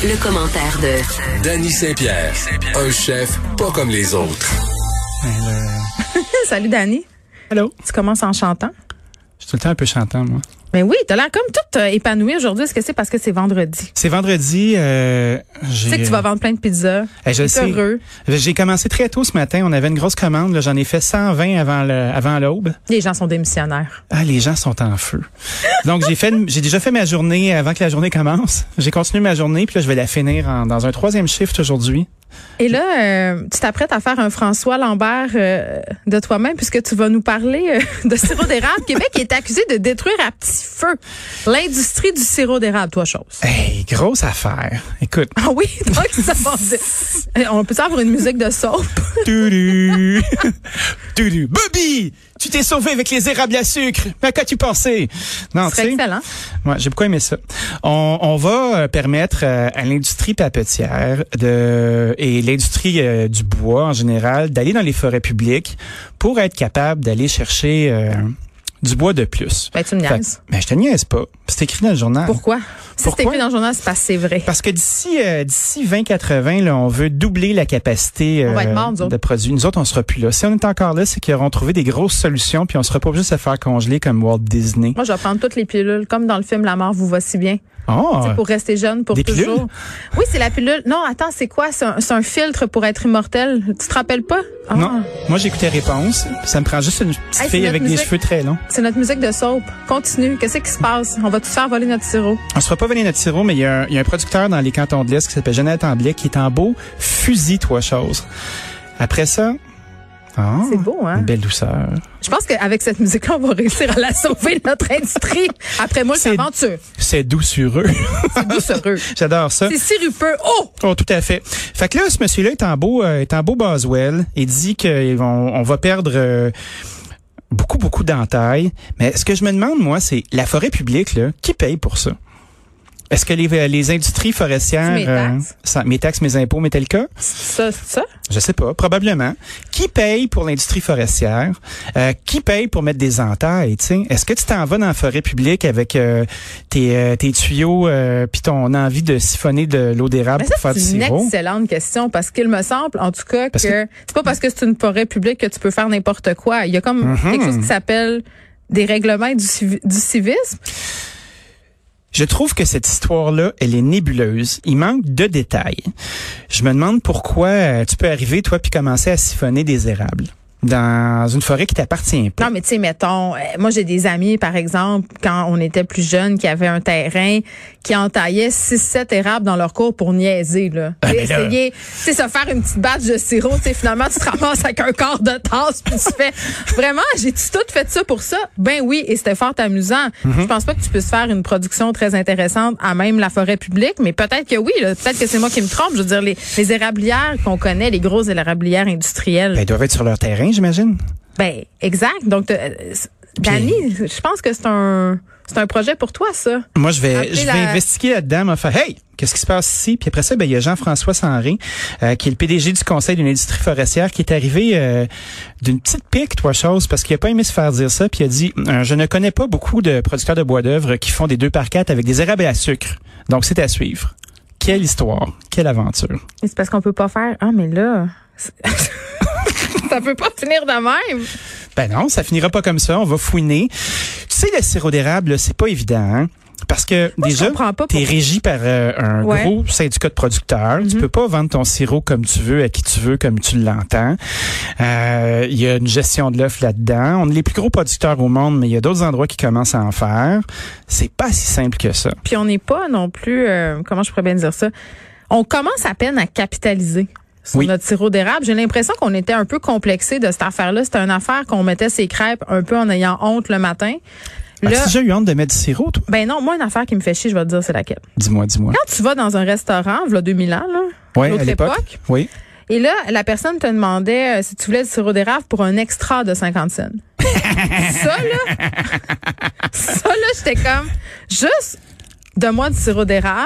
Le commentaire de Danny Saint-Pierre, un chef pas comme les autres. Salut Danny. Allô? Tu commences en chantant? Je suis tout le temps un peu chantant, moi. Mais oui, t'as l'air comme toute épanouie aujourd'hui. Est-ce que c'est parce que c'est vendredi? C'est vendredi. Tu sais que tu vas vendre plein de pizzas. Je sais. Heureux. J'ai commencé très tôt ce matin. On avait une grosse commande. Là, j'en ai fait 120 avant l'aube. Les gens sont démissionnaires. Ah, les gens sont en feu. Donc, j'ai déjà fait ma journée avant que la journée commence. J'ai continué ma journée, puis là, je vais la finir dans un 3e shift aujourd'hui. Et là, tu t'apprêtes à faire un François Lambert de toi-même puisque tu vas nous parler de sirop d'érable. Québec est accusé de détruire à petit feu l'industrie du sirop d'érable, toi chose. Hey, grosse affaire. Écoute. Ah oui, donc ça va. On peut avoir une musique de soap. Tudu. Tudu. Bobby, tu t'es sauvé avec les érables à sucre. Mais à quoi tu pensais? Non, c'est excellent. Ouais, j'ai beaucoup aimé ça. On va permettre à l'industrie papetière et l'industrie du bois en général d'aller dans les forêts publiques pour être capable d'aller chercher du bois de plus. Ben, tu me niaises. Ben, je te niaise pas. C'est écrit dans le journal. Pourquoi? Si c'est écrit dans le journal, c'est parce que c'est vrai. Parce que d'ici 2080, là, on veut doubler la capacité on va être morts, de produits. Nous autres, on sera plus là. Si on est encore là, c'est qu'ils auront trouvé des grosses solutions, puis on sera pas obligé de se faire congeler comme Walt Disney. Moi, je vais prendre toutes les pilules, comme dans le film La mort vous va si bien. Oh, pour rester jeune pour des toujours. Pilules? Oui, c'est la pilule. Non, attends, c'est quoi? C'est un filtre pour être immortel. Tu te rappelles pas? Oh. Non. Moi, j'écoutais Réponse. Ça me prend juste une petite fille avec des cheveux très longs. C'est notre musique de soap. Continue. Qu'est-ce qui se passe? On va tous faire voler notre sirop. On se fera pas voler notre sirop, mais il y a un producteur dans les cantons de l'Est qui s'appelle Jonathan Blais qui est en beau fusil, toi chose. Après ça, c'est beau, hein? Une belle douceur. Je pense qu'avec cette musique-là, on va réussir à la sauver, notre industrie. Après moi, c'est aventure. C'est doucereux. C'est doucereux. J'adore ça. C'est sirupeux. Oh, tout à fait. Fait que là, ce monsieur-là est en beau Boswell. Il dit qu'on va perdre beaucoup d'entailles. Mais ce que je me demande, moi, c'est la forêt publique, là, qui paye pour ça? Est-ce que les industries forestières... mes taxes, mes impôts, mais tel cas? Ça? Je sais pas, probablement. Qui paye pour l'industrie forestière? Qui paye pour mettre des entailles, tu sais? Est-ce que tu t'en vas dans la forêt publique avec tes tuyaux puis ton envie de siphonner de l'eau d'érable pour faire du sirop? C'est une excellente question parce qu'il me semble, en tout cas, que c'est pas parce que c'est une forêt publique que tu peux faire n'importe quoi. Il y a comme quelque chose qui s'appelle des règlements du civisme. Je trouve que cette histoire-là, elle est nébuleuse. Il manque de détails. Je me demande pourquoi tu peux arriver, toi, puis commencer à siphonner des érables dans une forêt qui t'appartient pas. Non, mais tu sais, mettons, moi j'ai des amis, par exemple, quand on était plus jeunes, qui avaient un terrain, qui entaillaient 6-7 érables dans leur cours pour niaiser, là. Essayer, tu sais, se faire une petite batch de sirop, tu sais, finalement, tu te ramasses avec un quart de tasse, puis tu fais, vraiment, j'ai-tu tout fait ça pour ça? Ben oui, et c'était fort amusant. Je pense pas que tu puisses faire une production très intéressante à même la forêt publique, mais peut-être que oui, là, peut-être que c'est moi qui me trompe. Je veux dire, les érablières qu'on connaît, les grosses érablières industrielles. Ben, elles doivent être sur leur terrain, j'imagine. Ben, exact. Donc, Danny, je pense que c'est un projet pour toi, ça. Moi, je vais investiguer là-dedans, me faire, hey, qu'est-ce qui se passe ici? Puis après ça, ben, il y a Jean-François Sanré, qui est le PDG du Conseil d'une industrie forestière, qui est arrivé d'une petite pique, toi, chose, parce qu'il a pas aimé se faire dire ça, puis il a dit, je ne connais pas beaucoup de producteurs de bois d'œuvre qui font des 2x4 avec des érables à sucre. Donc, c'est à suivre. Quelle histoire, quelle aventure. Et c'est parce qu'on peut pas faire, mais là... Ça peut pas finir de même. Ben non, ça finira pas comme ça. On va fouiner. Tu sais, le sirop d'érable, c'est pas évident, hein? Parce que moi, déjà, t'es régi par un gros syndicat de producteurs. Tu peux pas vendre ton sirop comme tu veux, à qui tu veux, comme tu l'entends. Il y a une gestion de l'offre là-dedans. On est les plus gros producteurs au monde, mais il y a d'autres endroits qui commencent à en faire. C'est pas si simple que ça. Puis on n'est pas non plus, comment je pourrais bien dire ça, on commence à peine à capitaliser sur notre sirop d'érable. J'ai l'impression qu'on était un peu complexé de cette affaire-là. C'était une affaire qu'on mettait ses crêpes un peu en ayant honte le matin. As-tu déjà eu honte de mettre du sirop, toi? Ben non, moi, une affaire qui me fait chier, je vais te dire, c'est laquelle. Dis-moi. Quand tu vas dans un restaurant, il y a 2000 ans, là, l'autre époque, oui. Et là, la personne te demandait si tu voulais du sirop d'érable pour un extra de 50 cents. Ça, là, j'étais comme, juste, donne-moi du sirop d'érable.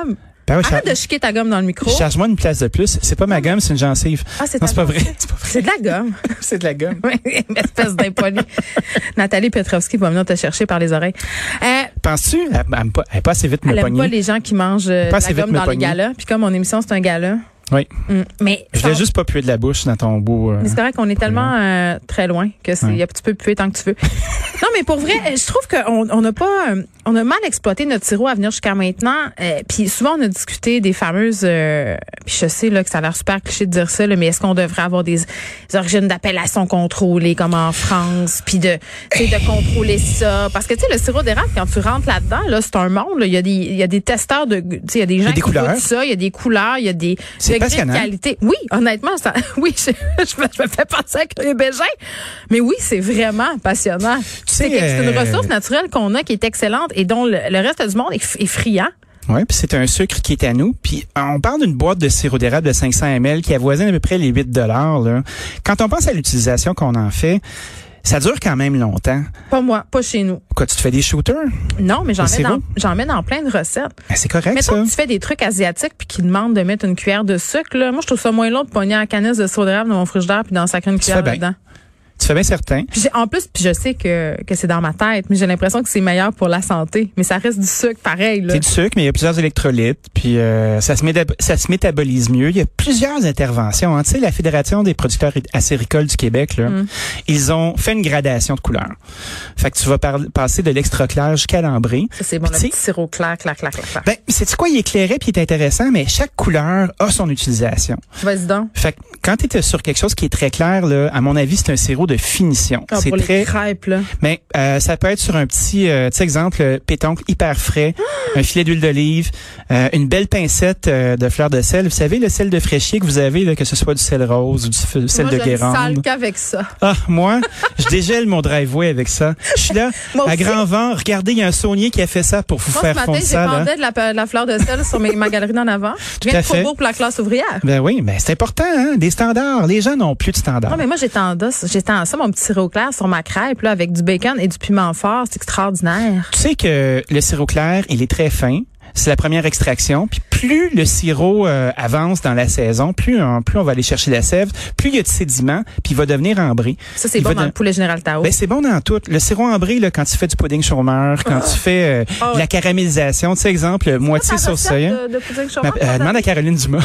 Ben oui, Arrête de chiquer ta gomme dans le micro. Charge-moi une place de plus. C'est pas ma gomme, c'est une gencive. Ah, c'est non, ta c'est pas gomme. vrai. C'est pas vrai. C'est de la gomme. C'est de la gomme. Espèce d'impoli. Nathalie Petrovski va venir te chercher par les oreilles. Penses-tu? Elle aime pas assez vite me Elle aime pogner. pas les gens qui mangent de la gomme dans les galas. Puis comme mon émission, c'est un gala. Oui. Mais je voulais juste pas puer de la bouche dans ton beau. Mais c'est vrai qu'on est tellement très loin que tu peux puer tant que tu veux. Non, mais pour vrai, je trouve qu'on n'a pas, on a mal exploité notre sirop à venir jusqu'à maintenant. Puis souvent on a discuté des fameuses. Puis je sais là que ça a l'air super cliché de dire ça, là, mais est-ce qu'on devrait avoir des origines d'appellation contrôlées comme en France, puis de contrôler ça, parce que tu sais le sirop d'érable quand tu rentres là-dedans, là c'est un monde. Là, il y a des testeurs de, tu sais il y a des gens qui goûtent ça, il y a des couleurs, il y a des passionnant. De qualité. Oui, honnêtement, ça, oui, je me fais penser à Chloé Bégin. Mais oui, c'est vraiment passionnant. C'est une ressource naturelle qu'on a qui est excellente et dont le reste du monde est friand. Oui, puis c'est un sucre qui est à nous. Puis on parle d'une boîte de sirop d'érable de 500 ml qui avoisine à peu près les 8 $. Quand on pense à l'utilisation qu'on en fait, ça dure quand même longtemps. Pas moi, pas chez nous. Quoi, tu te fais des shooters? Non, mais j'en mets dans plein de recettes. Ben, c'est correct, mais ça. Mettons que tu fais des trucs asiatiques puis qu'ils demandent de mettre une cuillère de sucre, là. Moi, je trouve ça moins long de pogner la canisse de sirop d'érable dans mon frigidaire puis d'en sacrer une cuillère dedans. Tu fais bien certain. Puis en plus, je sais que c'est dans ma tête, mais j'ai l'impression que c'est meilleur pour la santé. Mais ça reste du sucre pareil, là. C'est du sucre, mais il y a plusieurs électrolytes, puis ça se métabolise mieux. Il y a plusieurs interventions. Hein. Tu sais, la Fédération des producteurs acéricoles du Québec, là, ils ont fait une gradation de couleurs. Fait que tu vas passer de l'extra clair jusqu'à l'ambré. Ça, c'est bon, le petit sirop clair. Ben, c'est quoi, il est éclairé puis il est intéressant, mais chaque couleur a son utilisation. Vas-y donc. Fait que quand tu es sur quelque chose qui est très clair, là, à mon avis, c'est un sirop de finition. C'est pour les crêpes, là. Mais ça peut être sur un petit exemple pétoncle hyper frais, un filet d'huile d'olive, une belle pincette de fleur de sel. Vous savez, le sel de fraîchier que vous avez, là, que ce soit du sel rose ou du sel de Guérande. Moi, je sale qu'avec ça. Ah, moi, je dégèle mon driveway avec ça. Je suis là, à grand vent. Regardez, il y a un saunier qui a fait ça pour vous faire fondre ça. Moi, ce matin, j'épandais de la fleur de sel sur ma galerie d'en avant. Je viens de trop beau pour la classe ouvrière. Ben oui, mais c'est important, hein, des standards. Les gens n'ont plus de standards. Non, mais moi, j'ai tendance ça, mon petit sirop clair sur ma crêpe, là, avec du bacon et du piment fort. C'est extraordinaire. Tu sais que le sirop clair, il est très fin. C'est la première extraction. Puis plus le sirop avance dans la saison, plus on va aller chercher la sève, plus il y a de sédiments, puis il va devenir ambré. Ça, c'est bon dans le poulet Général Tao. Ben, c'est bon dans tout. Le sirop ambré, là, quand tu fais du pudding chômeur, quand tu fais de la caramélisation, tu sais, exemple, moitié sauce soya. De pudding chômeur, demande à Caroline Dumas.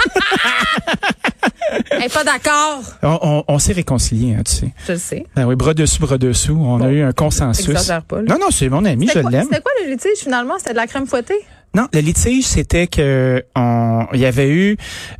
Elle est pas d'accord. On s'est réconciliés, hein, tu sais. Je le sais. Ben oui, bras dessous. On a eu un consensus. Exagère pas, là. Non, c'est mon ami, je l'aime. C'était quoi le litige, finalement? C'était de la crème fouettée? Non, le litige, c'était que il y avait eu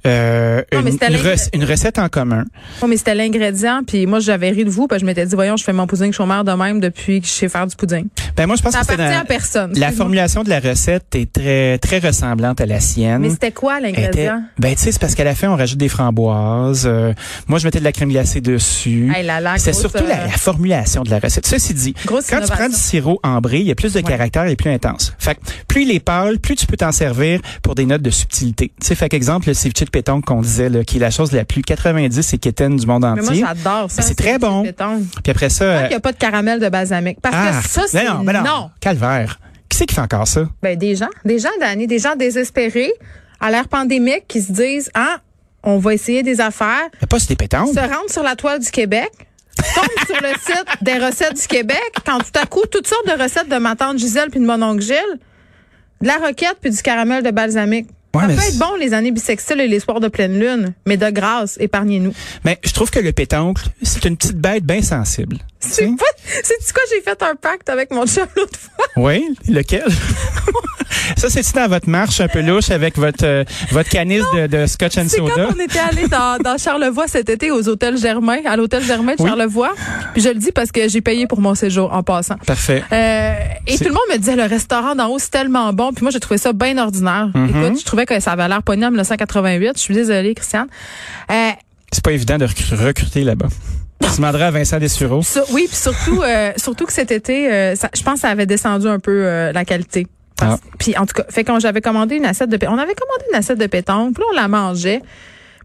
une recette en commun. Non, mais c'était l'ingrédient, puis moi j'avais ri de vous, parce que je m'étais dit voyons, je fais mon pudding chômeur de même depuis que je sais faire du pudding. Ben moi je pense ça que appartient à personne. La formulation de la recette est très très ressemblante à la sienne. Mais c'était quoi l'ingrédient? Ben tu sais, c'est parce qu'à la fin on rajoute des framboises. Moi je mettais de la crème glacée dessus. Hey, c'est surtout la formulation de la recette. Ceci dit, quand tu prends du sirop ambré, il y a plus de caractère et plus intense. Fait que plus il est pâle, plus tu peux t'en servir pour des notes de subtilité. Tu sais, fait qu'exemple, le ceviche de pétanque qu'on disait, là, qui est la chose la plus 90 et quétaine du monde entier. Mais moi, j'adore ça. C'est très bon. Puis après ça... Il n'y a pas de caramel de balsamique. Parce que ça, c'est non. Calvaire. Qui c'est qui fait encore ça? Ben, des gens, Dani, des gens désespérés, à l'ère pandémique, qui se disent, on va essayer des affaires. Mais pas sur des pétanques. Se rendre sur la toile du Québec. Tombe sur le site des recettes du Québec, quand tout à coup, toutes sortes de recettes de ma tante Gisèle puis de mon oncle Gilles, de la roquette puis du caramel de balsamique. Ouais, ça peut être bon, les années bissextiles et les soirs de pleine lune, mais de grâce, épargnez-nous. Mais je trouve que le pétoncle, c'est une petite bête bien sensible. C'est quoi, j'ai fait un pacte avec mon chum l'autre fois? Oui, lequel? Ça, c'est-tu dans votre marche un peu louche avec votre canisse de scotch and soda? C'est quand on était allé dans Charlevoix cet été aux hôtels Germain, à l'hôtel Germain de Charlevoix. Puis je le dis parce que j'ai payé pour mon séjour en passant. Parfait. Et tout le monde me disait, le restaurant d'en haut, c'est tellement bon. Puis moi, j'ai trouvé ça bien ordinaire. Écoute, je trouvais que ça avait l'air pogné en 1988. Je suis désolée, Christiane. C'est pas évident de recruter là-bas. Tu demanderais à Vincent Dessureau. Oui, puis surtout que cet été, je pense que ça avait descendu un peu la qualité. Puis en tout cas, fait qu'on j'avais commandé une assiette de pétanque. On avait commandé une assiette de pétanque, puis là, on la mangeait.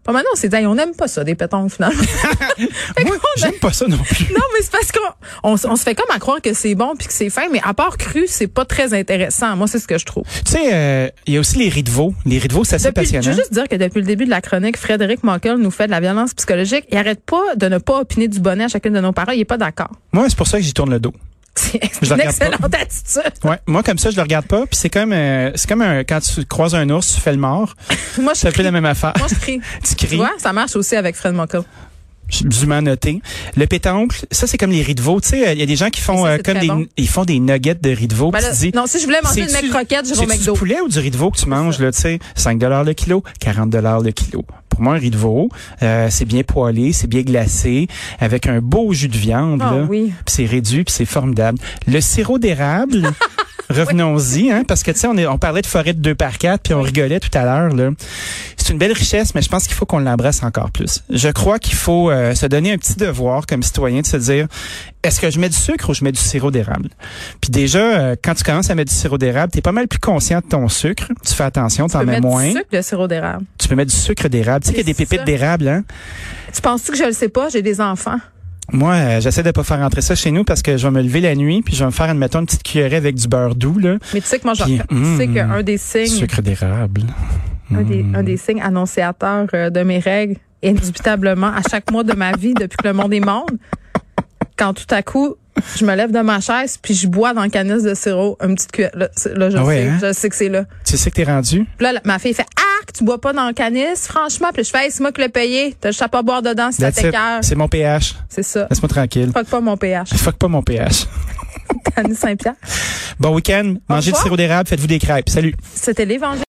Pas maintenant, on s'est dit, on n'aime pas ça, des pétons, finalement. Moi, j'aime pas ça non plus. Non, mais c'est parce qu'on se fait comme à croire que c'est bon puis que c'est fin, mais à part cru, c'est pas très intéressant. Moi, c'est ce que je trouve. Tu sais, il y a aussi les riz de veau. Les riz de veau, c'est assez passionnant. Je veux juste dire que depuis le début de la chronique, Frédéric Monkel nous fait de la violence psychologique. Il arrête pas de ne pas opiner du bonnet à chacune de nos paroles. Il est pas d'accord. Moi, c'est pour ça que j'y tourne le dos. C'est une excellente attitude. Ouais, moi comme ça je le regarde pas, puis c'est comme quand tu croises un ours, tu fais le mort. Moi c'est un peu la même affaire. Moi je crie. Tu cries. Tu vois, ça marche aussi avec Fred Monkel. Dûment noté. Le pétanque, ça c'est comme les riz de veau. Tu sais, il y a des gens qui font ils font des nuggets de riz de veau. Ben là, non, si je voulais manger une croquette, j'irais au McDo. C'est du poulet ou du riz de veau que tu manges là, tu sais, 5$ le kilo, 40$ le kilo. Pour moi, un riz de veau, c'est bien poêlé, c'est bien glacé, avec un beau jus de viande là. Oui. Puis c'est réduit, puis c'est formidable. Le sirop d'érable. Revenons-y, hein, parce que tu sais, on parlait de forêt de 2x4, puis on rigolait tout à l'heure. Là, c'est une belle richesse, mais je pense qu'il faut qu'on l'embrasse encore plus. Je crois qu'il faut se donner un petit devoir comme citoyen de se dire, est-ce que je mets du sucre ou je mets du sirop d'érable? Puis déjà, quand tu commences à mettre du sirop d'érable, t'es pas mal plus conscient de ton sucre. Tu fais attention, t'en mets moins. Tu peux mettre du sucre de sirop d'érable. Tu peux mettre du sucre d'érable. Tu sais qu'il y a des pépites d'érable, hein? Tu penses-tu que je le sais pas? J'ai des enfants. Moi, j'essaie de pas faire rentrer ça chez nous parce que je vais me lever la nuit puis je vais me faire, admettons, une petite cuillerée avec du beurre doux, là. Mais tu sais que moi, tu sais qu'un des signes... Sucre d'érable. Un des signes annonciateurs de mes règles, indubitablement, à chaque mois de ma vie, depuis que le monde est monde, quand tout à coup, je me lève de ma chaise puis je bois dans le canis de sirop une petite cuillère. Là, je sais que c'est là. Tu sais que t'es rendu? Puis là, ma fille fait « Ah, que tu bois pas dans le canis, franchement. » Puis je fais « Hey, c'est moi qui l'ai payé. T'as juste à pas boire dedans si ça t'écoeure. » C'est mon pH. C'est ça. Laisse-moi tranquille. Fuck pas mon pH. Fuck pas mon pH. Canis Saint-Pierre. Bon week-end. Mangez du sirop d'érable, faites-vous des crêpes. Salut. C'était l'Évangile.